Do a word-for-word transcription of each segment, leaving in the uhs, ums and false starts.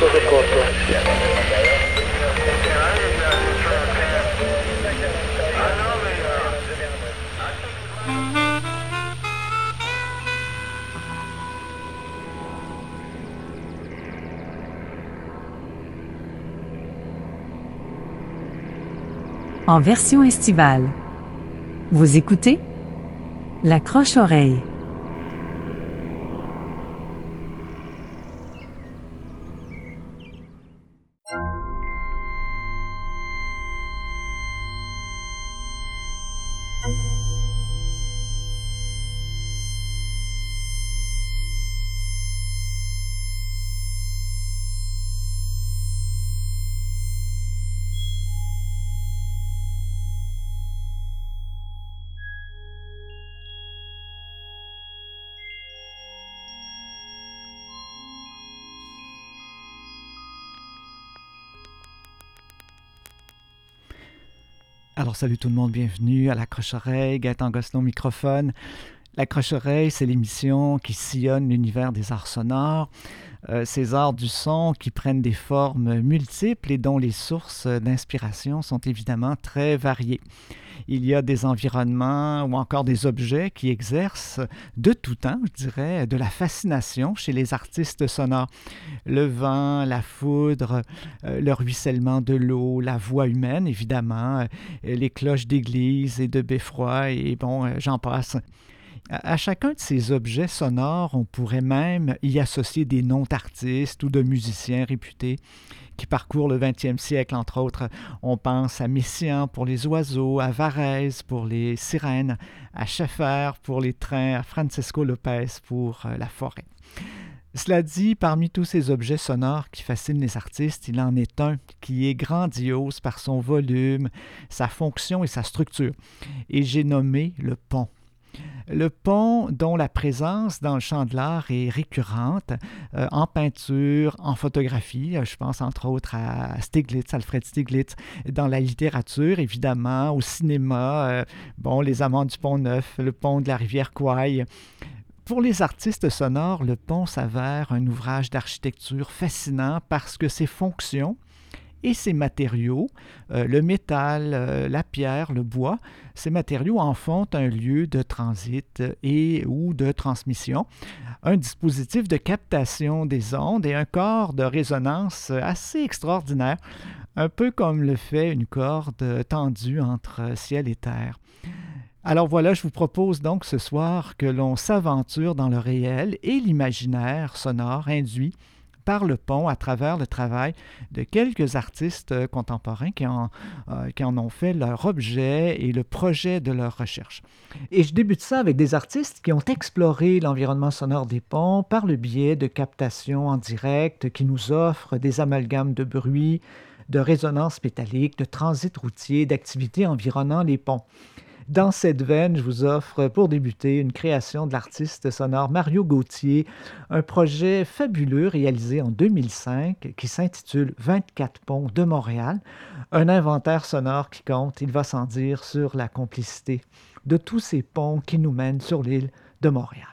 pronto soccorso. En version estivale. Vous écoutez L'accroche-oreille. Alors, salut tout le monde, bienvenue à l'Accroche-oreille, Gaëtan Gosselin au microphone. L'Accroche-oreille, c'est l'émission qui sillonne l'univers des arts sonores, euh, ces arts du son qui prennent des formes multiples et dont les sources d'inspiration sont évidemment très variées. Il y a des environnements ou encore des objets qui exercent de tout temps, je dirais, de la fascination chez les artistes sonores. Le vent, la foudre, euh, le ruissellement de l'eau, la voix humaine, évidemment, euh, les cloches d'église et de beffroi, et bon, euh, j'en passe. À chacun de ces objets sonores, on pourrait même y associer des noms d'artistes ou de musiciens réputés qui parcourent le vingtième siècle, entre autres. On pense à Messiaen pour les oiseaux, à Varèse pour les sirènes, à Schaeffer pour les trains, à Francisco Lopez pour la forêt. Cela dit, parmi tous ces objets sonores qui fascinent les artistes, il en est un qui est grandiose par son volume, sa fonction et sa structure. Et j'ai nommé le pont. Le pont dont la présence dans le champ de l'art est récurrente, euh, en peinture, en photographie, je pense entre autres à Stieglitz, Alfred Stieglitz, dans la littérature évidemment, au cinéma, euh, bon, Les Amants du Pont-Neuf, le pont de la rivière Kwai. Pour les artistes sonores, le pont s'avère un ouvrage d'architecture fascinant parce que ses fonctions et ces matériaux, euh, le métal, euh, la pierre, le bois, ces matériaux en font un lieu de transit et ou de transmission, un dispositif de captation des ondes et un corps de résonance assez extraordinaire, un peu comme le fait une corde tendue entre ciel et terre. Alors voilà, je vous propose donc ce soir que l'on s'aventure dans le réel et l'imaginaire sonore induit par le pont à travers le travail de quelques artistes contemporains qui en, euh, qui en ont fait leur objet et le projet de leur recherche. Et je débute ça avec des artistes qui ont exploré l'environnement sonore des ponts par le biais de captations en direct qui nous offrent des amalgames de bruit, de résonances métalliques, de transit routier, d'activités environnant les ponts. Dans cette veine, je vous offre pour débuter une création de l'artiste sonore Mario Gauthier, un projet fabuleux réalisé en deux mille cinq qui s'intitule vingt-quatre ponts de Montréal, un inventaire sonore qui compte, il va sans dire, sur la complicité de tous ces ponts qui nous mènent sur l'île de Montréal.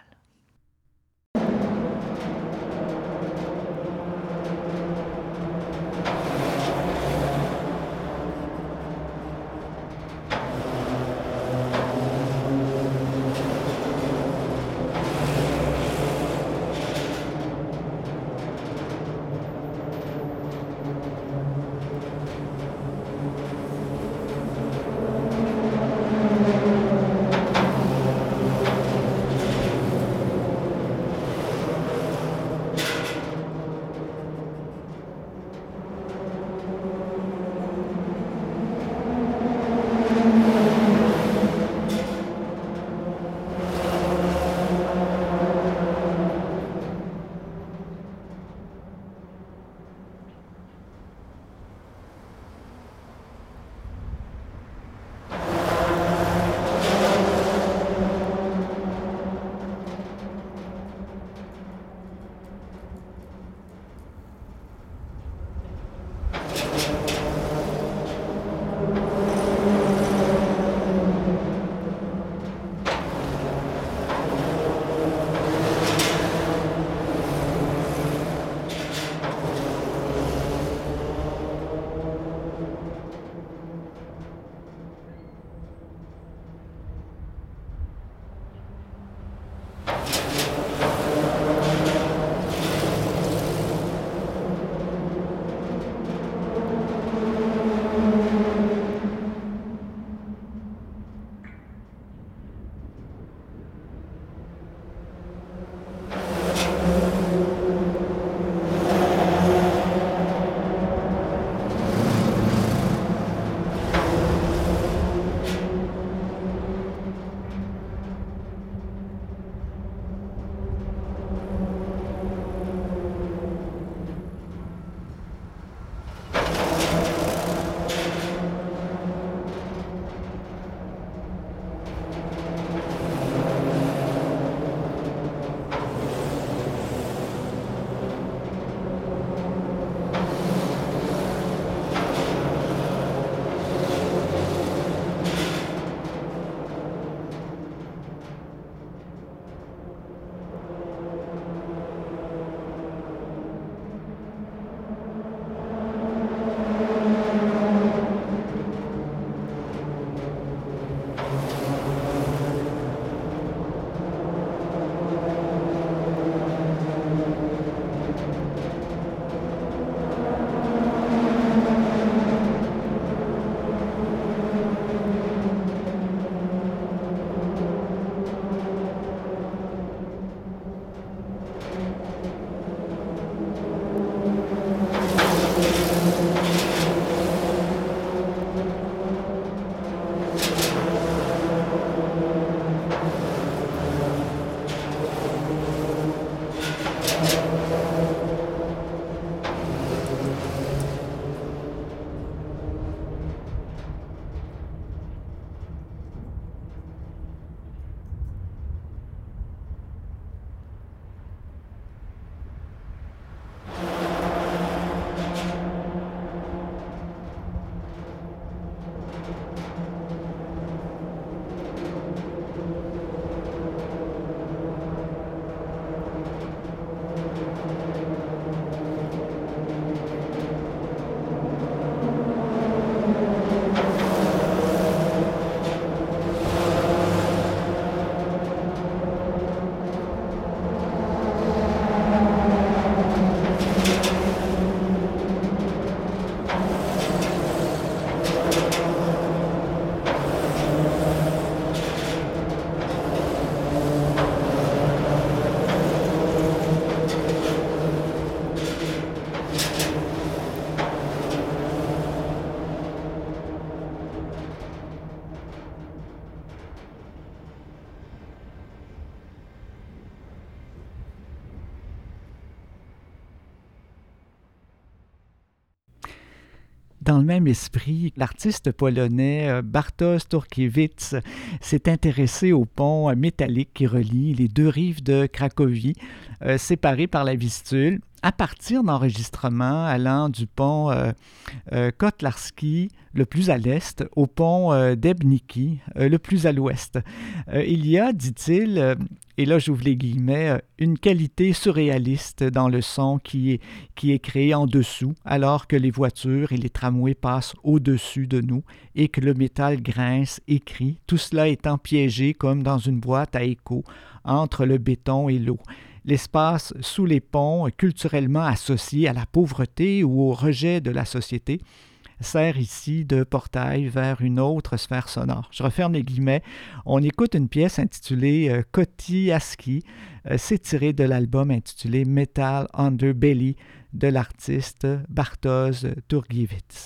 Dans le même esprit, l'artiste polonais Bartosz Turkiewicz s'est intéressé au pont métallique qui relie les deux rives de Cracovie, euh, séparées par la Vistule, à partir d'enregistrements allant du pont euh, euh, Kotlarski, le plus à l'est, au pont euh, d'Ebniki, euh, le plus à l'ouest. Euh, il y a, dit-il, euh, et là j'ouvre les guillemets, euh, une qualité surréaliste dans le son qui est, qui est créé en dessous, alors que les voitures et les tramways passent au-dessus de nous et que le métal grince et crie, tout cela étant piégé comme dans une boîte à écho entre le béton et l'eau. L'espace sous les ponts, culturellement associé à la pauvreté ou au rejet de la société, sert ici de portail vers une autre sphère sonore. Je referme les guillemets. On écoute une pièce intitulée euh, Kotiaski. Euh, c'est tiré de l'album intitulé Metal Underbelly de l'artiste Bartosz Turkiewicz.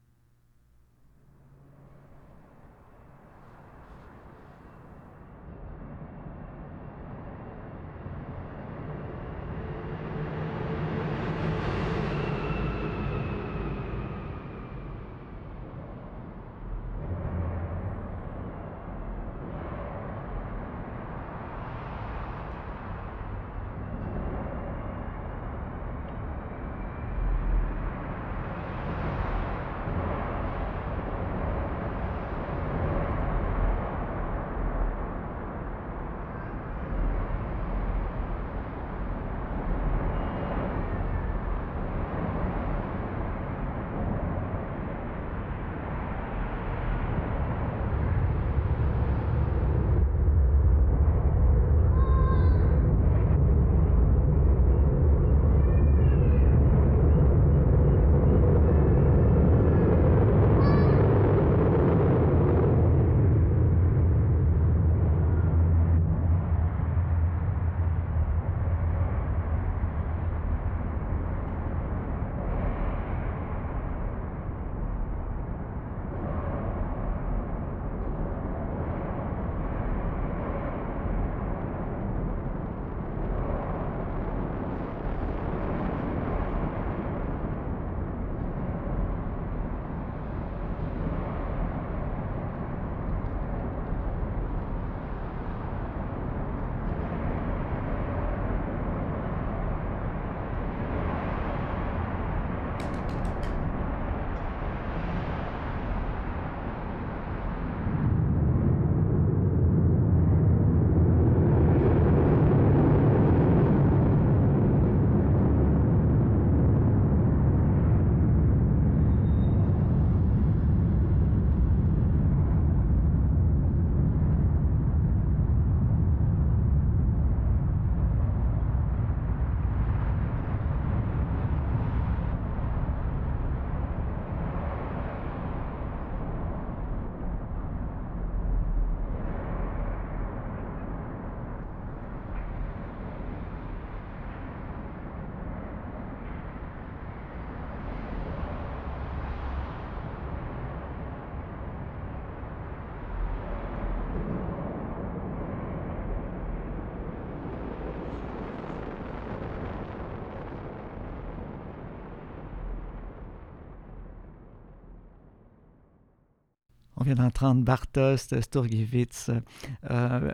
On vient d'entendre Bartosz Turkiewicz. Euh,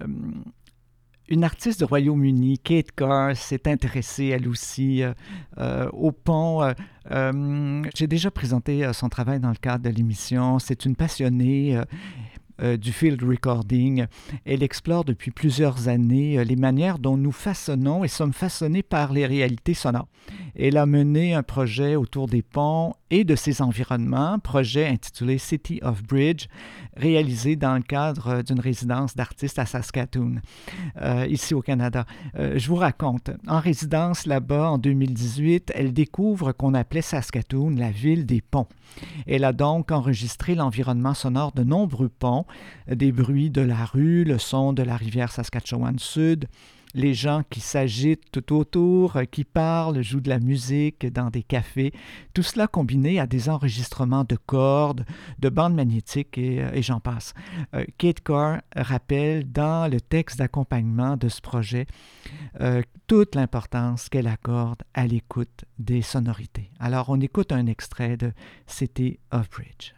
une artiste du Royaume-Uni, Kate Carr, s'est intéressée, elle aussi, euh, au pont. Euh, euh, j'ai déjà présenté son travail dans le cadre de l'émission. C'est une passionnée. Euh, euh, du field recording. Elle explore depuis plusieurs années euh, les manières dont nous façonnons et sommes façonnés par les réalités sonores. Elle a mené un projet autour des ponts et de ses environnements, projet intitulé City of Bridge, réalisé dans le cadre d'une résidence d'artistes à Saskatoon, euh, ici au Canada. Euh, je vous raconte, en résidence là-bas en deux mille dix-huit, elle découvre qu'on appelait Saskatoon la ville des ponts. Elle a donc enregistré l'environnement sonore de nombreux ponts, des bruits de la rue, le son de la rivière Saskatchewan-Sud, les gens qui s'agitent tout autour, qui parlent, jouent de la musique dans des cafés, tout cela combiné à des enregistrements de cordes, de bandes magnétiques et, et j'en passe. Euh, Kate Carr rappelle dans le texte d'accompagnement de ce projet euh, toute l'importance qu'elle accorde à l'écoute des sonorités. Alors on écoute un extrait de City of Bridge.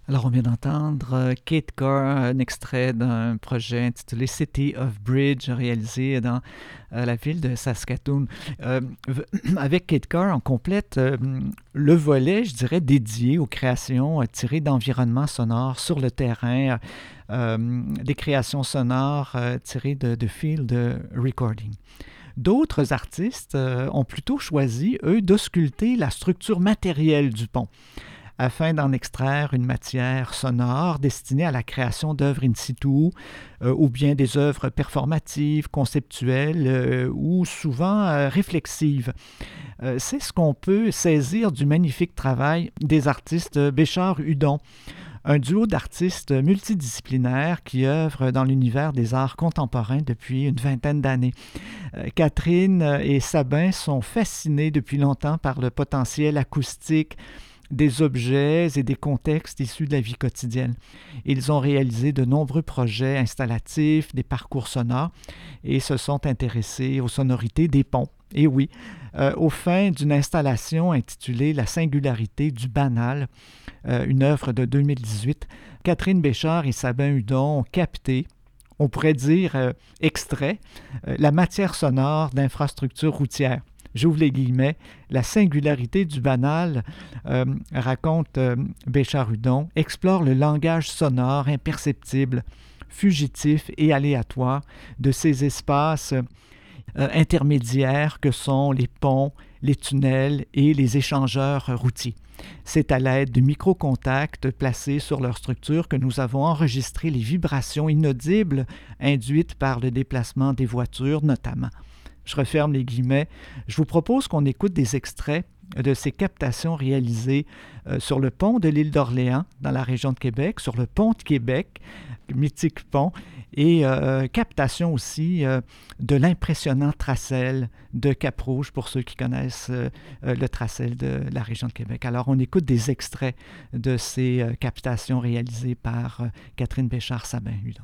Alors, on vient d'entendre euh, Kate Carr, un extrait d'un projet intitulé City of Bridge, réalisé dans euh, la ville de Saskatoon. Euh, avec Kate Carr, on complète euh, le volet, je dirais, dédié aux créations euh, tirées d'environnements sonores sur le terrain, euh, des créations sonores euh, tirées de, de field recording. D'autres artistes euh, ont plutôt choisi, eux, d'ausculter la structure matérielle du pont, afin d'en extraire une matière sonore destinée à la création d'œuvres in situ, euh, ou bien des œuvres performatives, conceptuelles euh, ou souvent euh, réflexives. Euh, c'est ce qu'on peut saisir du magnifique travail des artistes Béchard-Hudon, un duo d'artistes multidisciplinaires qui œuvrent dans l'univers des arts contemporains depuis une vingtaine d'années. Euh, Catherine et Sabin sont fascinés depuis longtemps par le potentiel acoustique des objets et des contextes issus de la vie quotidienne. Ils ont réalisé de nombreux projets installatifs, des parcours sonores et se sont intéressés aux sonorités des ponts. Et oui, euh, au fin d'une installation intitulée La singularité du banal, euh, une œuvre de deux mille dix-huit, Catherine Béchard et Sabin Hudon ont capté, on pourrait dire euh, extrait, euh, la matière sonore d'infrastructures routières. J'ouvre les guillemets, la singularité du banal, euh, raconte euh, Béchard-Hudon, explore le langage sonore imperceptible, fugitif et aléatoire de ces espaces euh, intermédiaires que sont les ponts, les tunnels et les échangeurs routiers. C'est à l'aide de micro-contacts placés sur leur structure que nous avons enregistré les vibrations inaudibles induites par le déplacement des voitures notamment. Je referme les guillemets. Je vous propose qu'on écoute des extraits de ces captations réalisées euh, sur le pont de l'île d'Orléans, dans la région de Québec, sur le pont de Québec, mythique pont, et euh, captation aussi euh, de l'impressionnant tracel de Cap-Rouge, pour ceux qui connaissent euh, le tracel de la région de Québec. Alors, on écoute des extraits de ces euh, captations réalisées par euh, Catherine Béchard-Sabin-Hudon.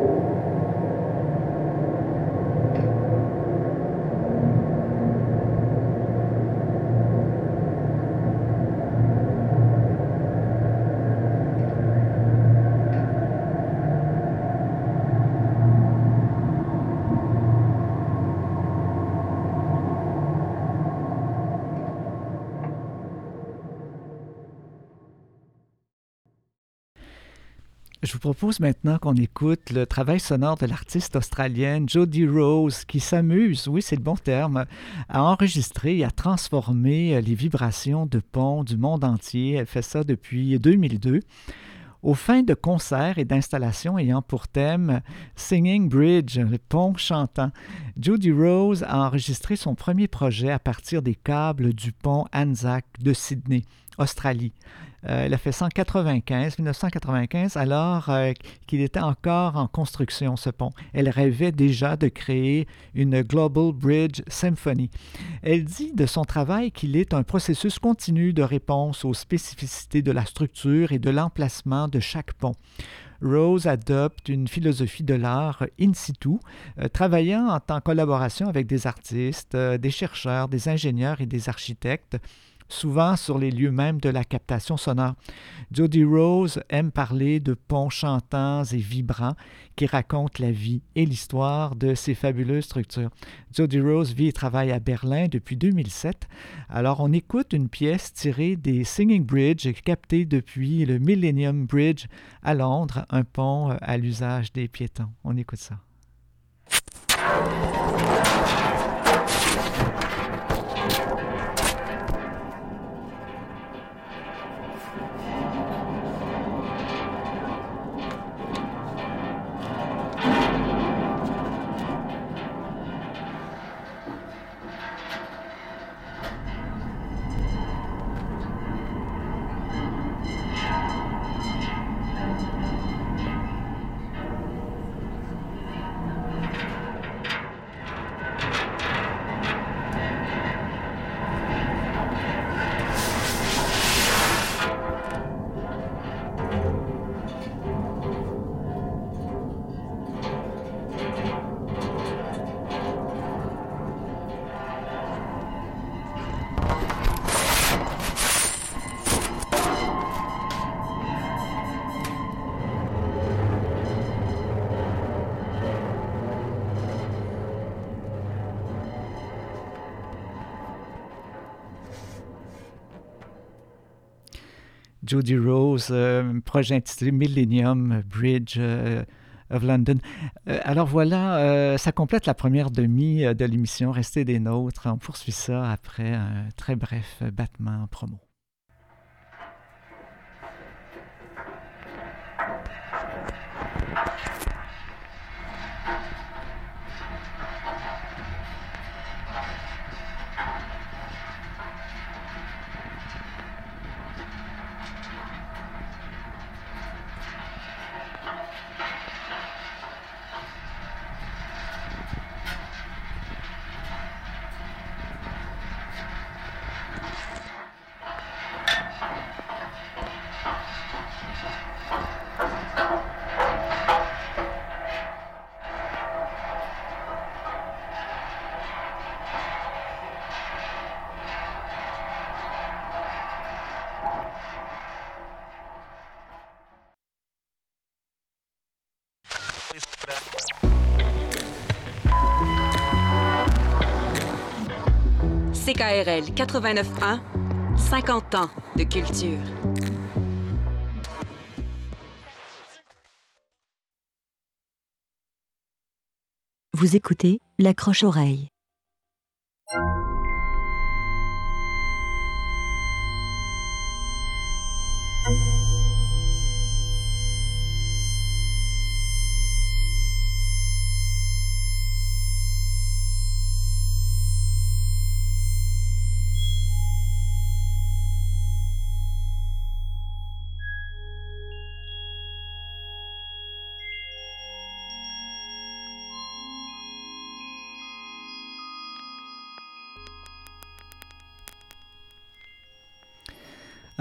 Je vous propose maintenant qu'on écoute le travail sonore de l'artiste australienne Jody Rose qui s'amuse, oui c'est le bon terme, à enregistrer et à transformer les vibrations de ponts du monde entier. Elle fait ça depuis deux mille deux. Aux fins de concerts et d'installations ayant pour thème Singing Bridge, le pont chantant, Jody Rose a enregistré son premier projet à partir des câbles du pont Anzac de Sydney, Australie. Euh, elle a fait ça en quatre-vingt-quinze, mille neuf cent quatre-vingt-quinze, alors euh, qu'il était encore en construction, ce pont. Elle rêvait déjà de créer une Global Bridge Symphony. Elle dit de son travail qu'il est un processus continu de réponse aux spécificités de la structure et de l'emplacement de chaque pont. Rose adopte une philosophie de l'art in situ, euh, travaillant en, en collaboration avec des artistes, euh, des chercheurs, des ingénieurs et des architectes, souvent sur les lieux mêmes de la captation sonore. Jody Rose aime parler de ponts chantants et vibrants qui racontent la vie et l'histoire de ces fabuleuses structures. Jody Rose vit et travaille à Berlin depuis deux mille sept. Alors on écoute une pièce tirée des Singing Bridge captée depuis le Millennium Bridge à Londres, un pont à l'usage des piétons. On écoute ça. Jody Rose, euh, projet intitulé Millennium Bridge euh, of London. Euh, alors voilà, euh, ça complète la première demi de l'émission. Restez des nôtres. On poursuit ça après un très bref battement promo. C K R L quatre-vingt-neuf un, cinquante ans de culture. Vous écoutez L'Accroche-Oreille.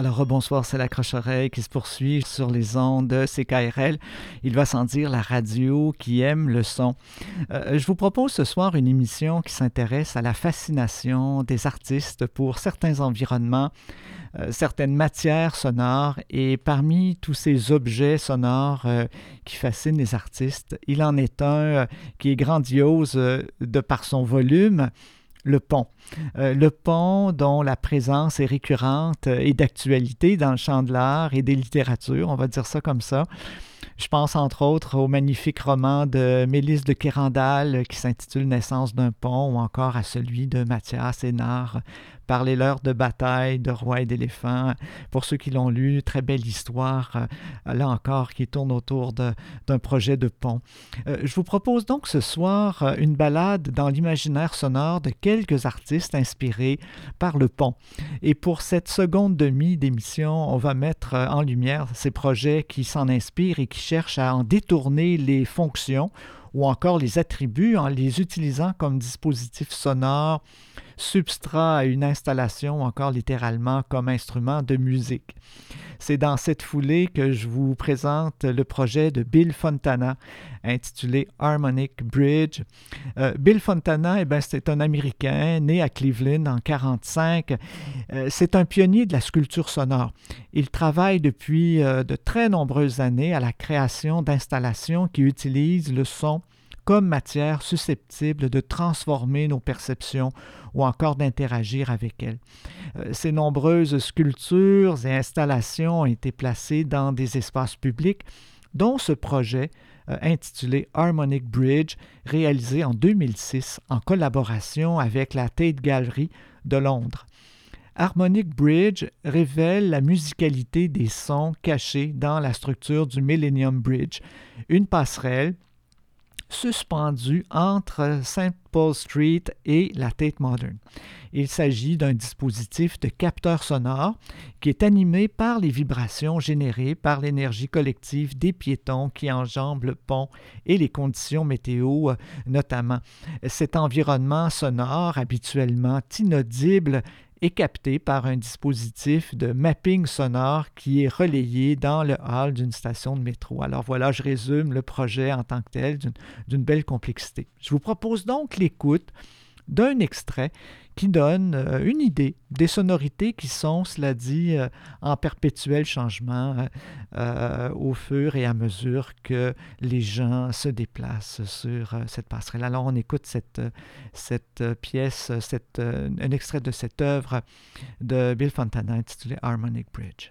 Alors, rebonsoir, c'est l'accroche-oreille qui se poursuit sur les ondes de C K R L. Il va sans dire la radio qui aime le son. Euh, je vous propose ce soir une émission qui s'intéresse à la fascination des artistes pour certains environnements, euh, certaines matières sonores, et parmi tous ces objets sonores euh, qui fascinent les artistes, il en est un euh, qui est grandiose euh, de par son volume. Le pont. Euh, le pont dont la présence est récurrente et d'actualité dans le champ de l'art et des littératures, on va dire ça comme ça. Je pense entre autres au magnifique roman de Mélisse de Quérandal qui s'intitule « Naissance d'un pont » ou encore à celui de Mathias Hénard, « Parlez-leur de bataille, de rois et d'éléphants ». Pour ceux qui l'ont lu, très belle histoire, euh, là encore, qui tourne autour de, d'un projet de pont. Euh, je vous propose donc ce soir euh, une balade dans l'imaginaire sonore de quelques artistes inspirés par le pont. Et pour cette seconde demi d'émission, on va mettre en lumière ces projets qui s'en inspirent et qui cherchent à en détourner les fonctions ou encore les attributs en les utilisant comme dispositifs sonores, substrat à une installation ou encore littéralement comme instrument de musique. C'est dans cette foulée que je vous présente le projet de Bill Fontana, intitulé Harmonic Bridge. Euh, Bill Fontana, eh bien, c'est un Américain né à Cleveland en mille neuf cent quarante-cinq. Euh, c'est un pionnier de la sculpture sonore. Il travaille depuis euh, de très nombreuses années à la création d'installations qui utilisent le son comme matière susceptible de transformer nos perceptions ou encore d'interagir avec elles. Euh, ces nombreuses sculptures et installations ont été placées dans des espaces publics, dont ce projet euh, intitulé Harmonic Bridge, réalisé en deux mille six en collaboration avec la Tate Gallery de Londres. Harmonic Bridge révèle la musicalité des sons cachés dans la structure du Millennium Bridge, une passerelle suspendu entre Saint Paul Street et la Tate Modern. Il s'agit d'un dispositif de capteur sonore qui est animé par les vibrations générées par l'énergie collective des piétons qui enjambent le pont et les conditions météo notamment. Cet environnement sonore, habituellement inaudible, est capté par un dispositif de mapping sonore qui est relayé dans le hall d'une station de métro. Alors voilà, je résume le projet en tant que tel d'une, d'une belle complexité. Je vous propose donc l'écoute d'un extrait qui donne euh, une idée des sonorités qui sont, cela dit, euh, en perpétuel changement euh, euh, au fur et à mesure que les gens se déplacent sur euh, cette passerelle. Alors on écoute cette, cette euh, pièce, cette, euh, un extrait de cette œuvre de Bill Fontana intitulée Harmonic Bridge.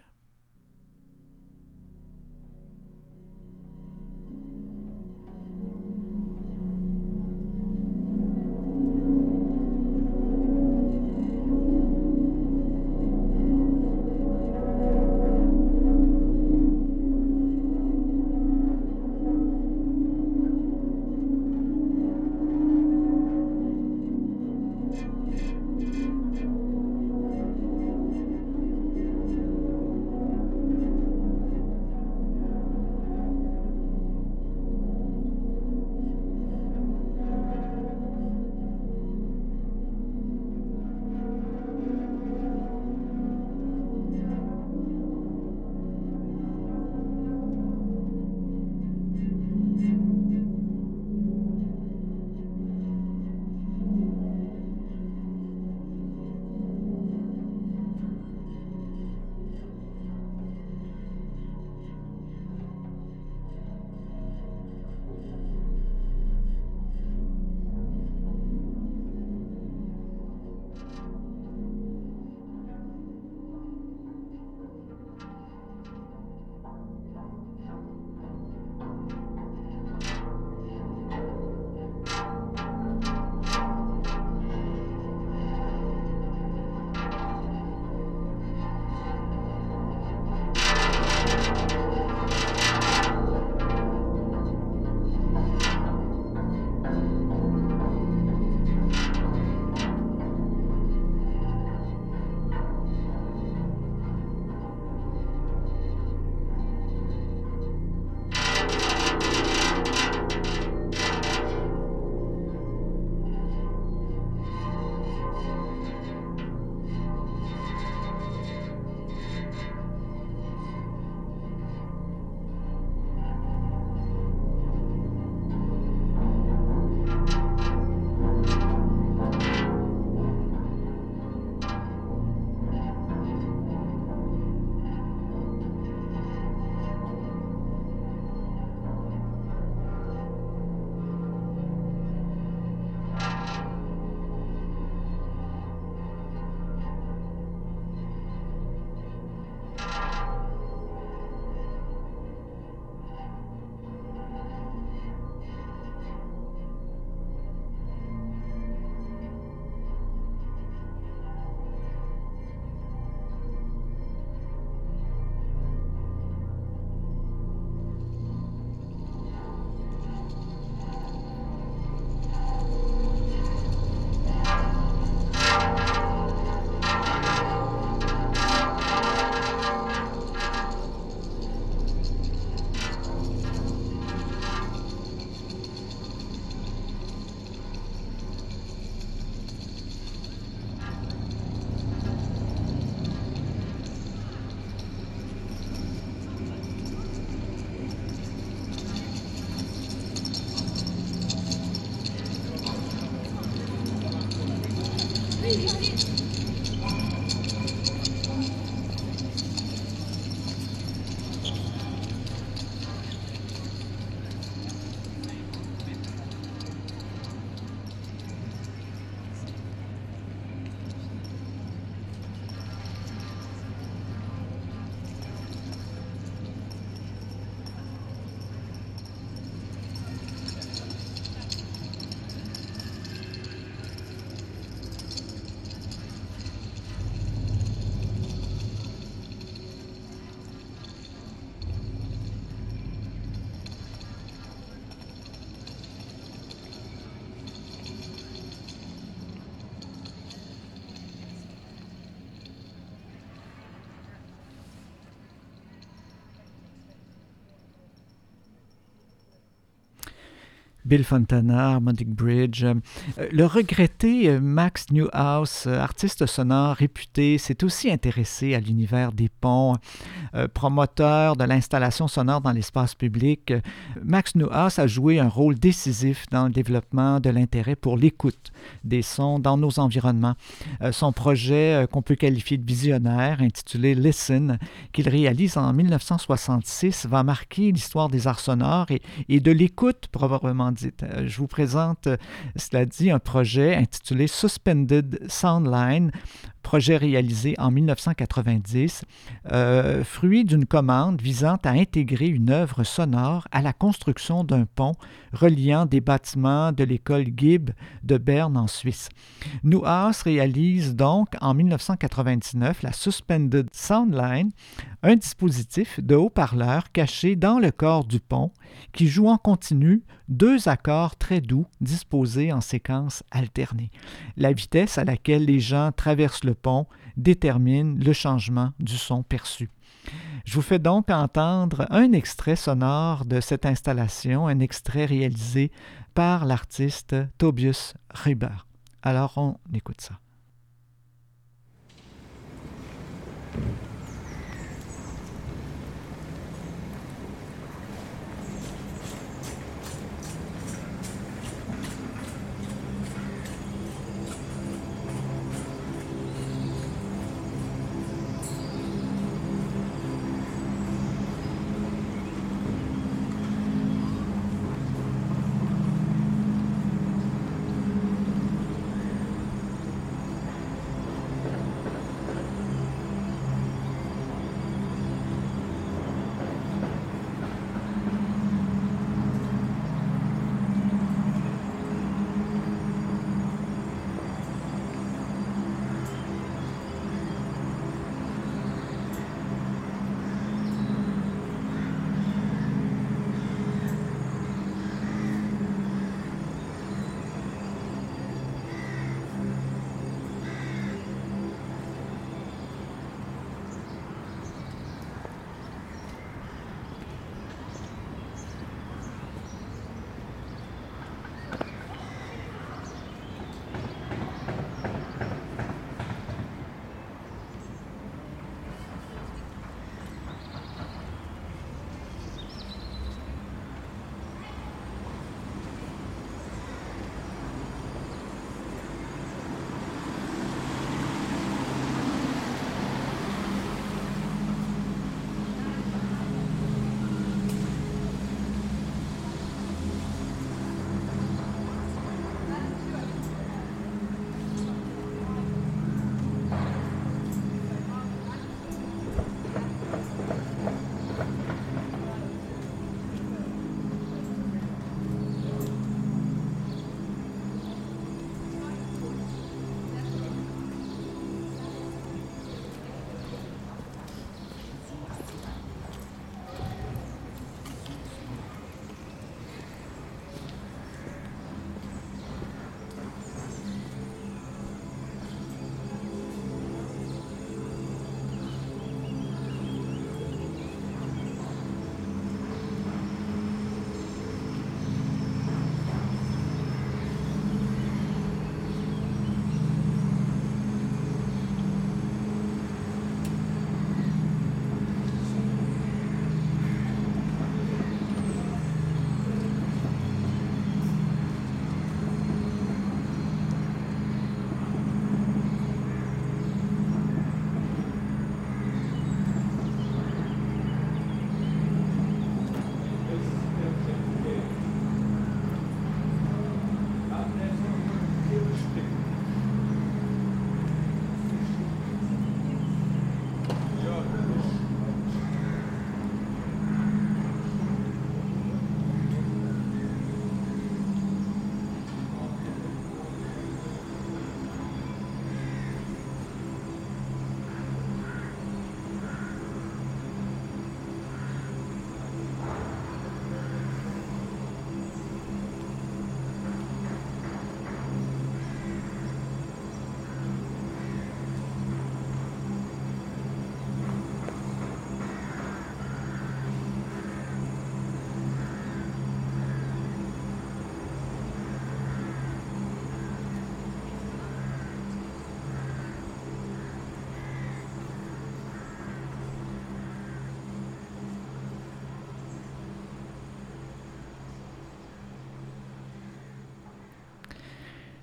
Bill Fontana, Harmonic Bridge. Euh, le regretté euh, Max Neuhaus, euh, artiste sonore réputé, s'est aussi intéressé à l'univers des ponts. Euh, promoteur de l'installation sonore dans l'espace public, euh, Max Neuhaus a joué un rôle décisif dans le développement de l'intérêt pour l'écoute des sons dans nos environnements. Euh, son projet, euh, qu'on peut qualifier de visionnaire, intitulé Listen, qu'il réalise en mille neuf cent soixante-six, va marquer l'histoire des arts sonores et, et de l'écoute proprement dite. Euh, je vous présente, euh, cela dit, un projet intitulé Suspended Soundline, projet réalisé en mille neuf cent quatre-vingt-dix, euh, fruit d'une commande visant à intégrer une œuvre sonore à la construction d'un pont reliant des bâtiments de l'école Gibb de Berne en Suisse. Neuhaus réalise donc en mille neuf cent quatre-vingt-dix-neuf la Suspended Soundline, un dispositif de haut-parleurs caché dans le corps du pont qui joue en continu deux accords très doux disposés en séquence alternée. La vitesse à laquelle les gens traversent le pont détermine le changement du son perçu. Je vous fais donc entendre un extrait sonore de cette installation, un extrait réalisé par l'artiste Tobias Rüber. Alors on écoute ça.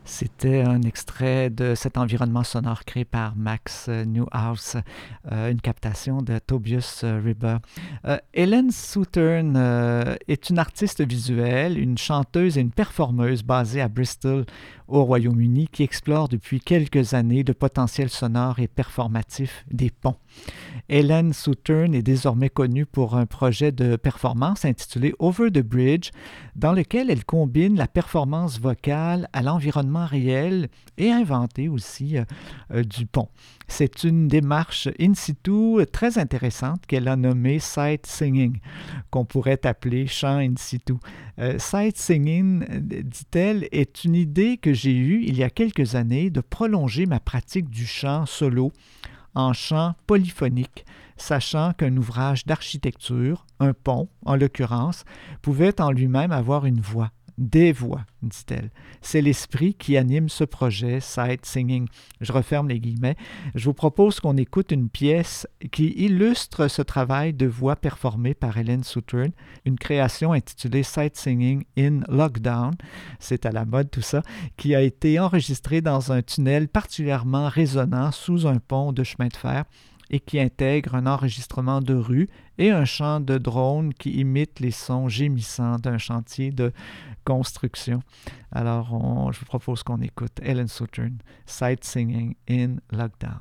C'était un extrait de cet environnement sonore créé par Max Neuhaus, euh, une captation de Tobias Ribber. Euh, Helen Southern euh, est une artiste visuelle, une chanteuse et une performeuse basée à Bristol, au Royaume-Uni, qui explore depuis quelques années le potentiel sonore et performatif des ponts. Helen Southern est désormais connue pour un projet de performance intitulé Over the Bridge, dans lequel elle combine la performance vocale à l'environnement réel et inventé aussi euh, euh, du pont. C'est une démarche in situ très intéressante qu'elle a nommée sight singing, qu'on pourrait appeler chant in situ. Euh, sight singing, dit-elle, est une idée que j'ai eue il y a quelques années de prolonger ma pratique du chant solo en chant polyphonique, sachant qu'un ouvrage d'architecture, un pont en l'occurrence, pouvait en lui-même avoir une voix, des voix, dit-elle. C'est l'esprit qui anime ce projet, Sight Singing. Je referme les guillemets. Je vous propose qu'on écoute une pièce qui illustre ce travail de voix performé par Helen Southern, une création intitulée Sight Singing in Lockdown, c'est à la mode tout ça, qui a été enregistrée dans un tunnel particulièrement résonnant sous un pont de chemin de fer et qui intègre un enregistrement de rue et un chant de drone qui imite les sons gémissants d'un chantier de construction. Alors, on, je vous propose qu'on écoute Helen Southern, Sight Singing in Lockdown.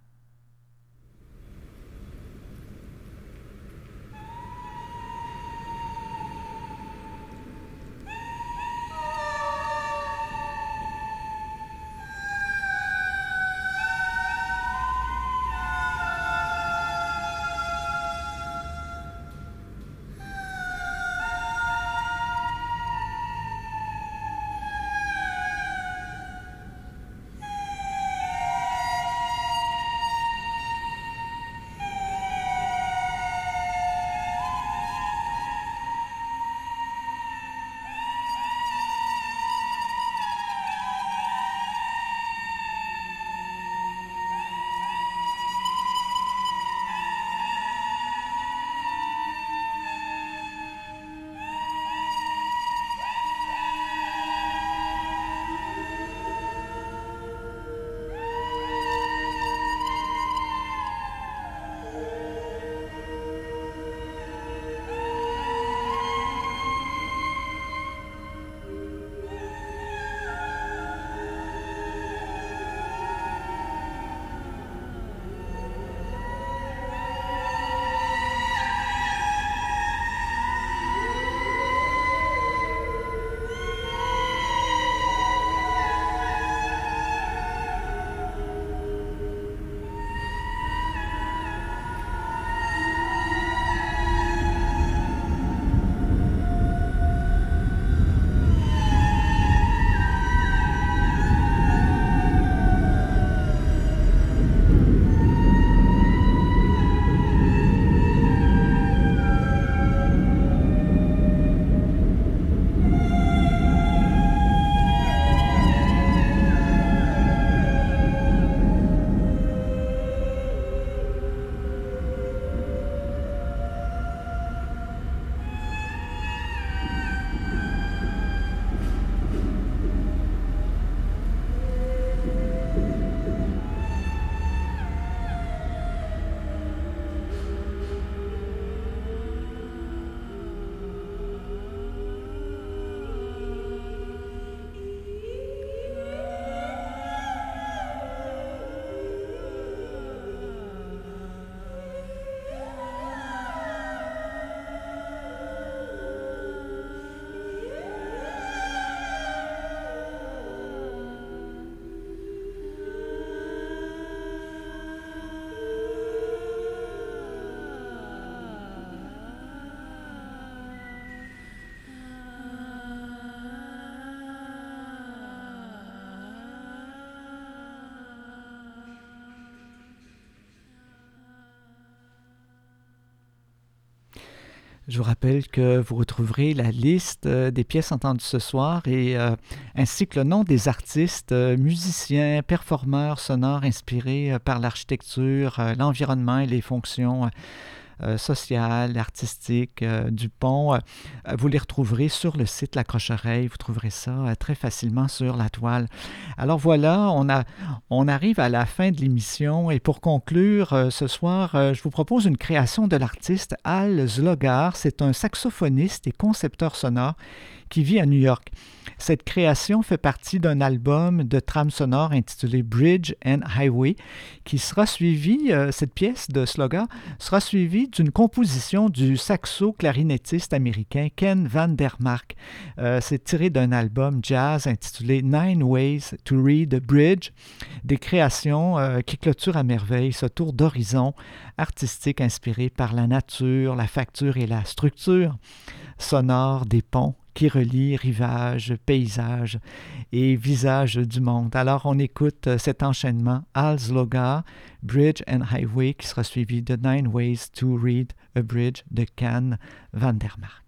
Je vous rappelle que vous retrouverez la liste euh, des pièces entendues ce soir et euh, ainsi que le nom des artistes, euh, musiciens, performeurs sonores inspirés euh, par l'architecture, euh, l'environnement et les fonctions euh, sociales, artistiques euh, du pont. Euh, vous les retrouverez sur le site La Croche-Oreille. Vous trouverez ça euh, très facilement sur la toile. Alors voilà, on, a, on arrive à la fin de l'émission et pour conclure, euh, ce soir, euh, je vous propose une création de l'artiste Al Zlogar. C'est un saxophoniste et concepteur sonore qui vit à New York. Cette création fait partie d'un album de trame sonore intitulé Bridge and Highway qui sera suivi, euh, cette pièce de Zlogar sera suivie d'une composition du saxo-clarinettiste américain Ken Vandermark. Euh, c'est tiré d'un album jazz intitulé Nine Ways to Read a Bridge, des créations euh, qui clôturent à merveille ce tour d'horizon artistique inspiré par la nature, la facture et la structure sonore des ponts qui relie rivages, paysages et visages du monde. Alors, on écoute cet enchaînement Al Zlogar, Bridge and Highway, qui sera suivi de Nine Ways to Read a Bridge de Ken Vandermark.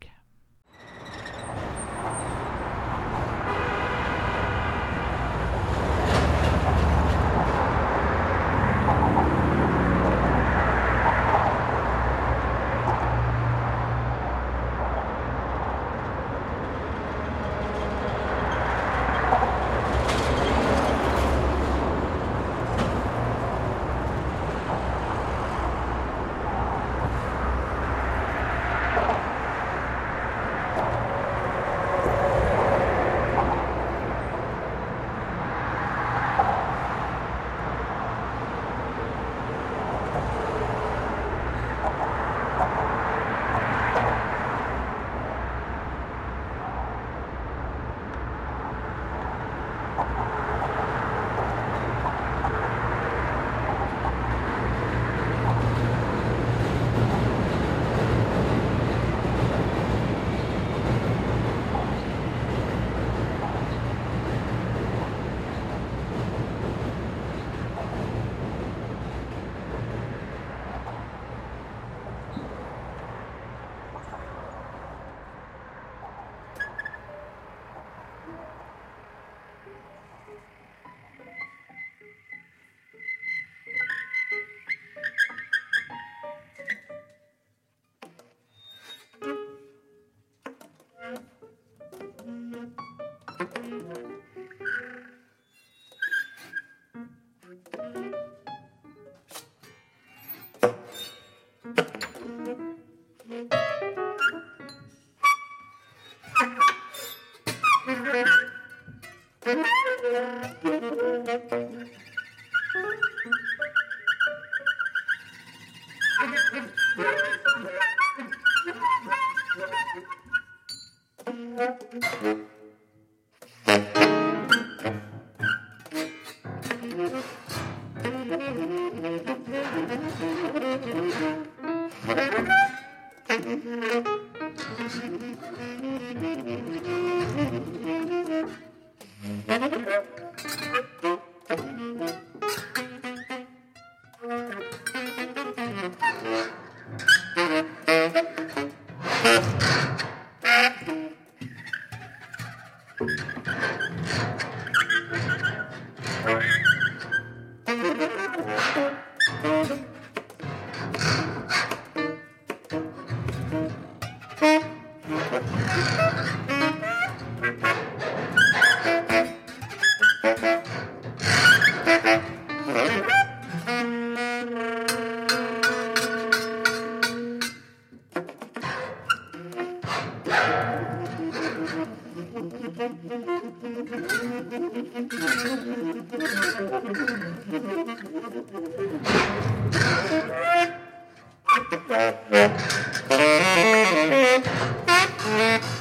Thank you.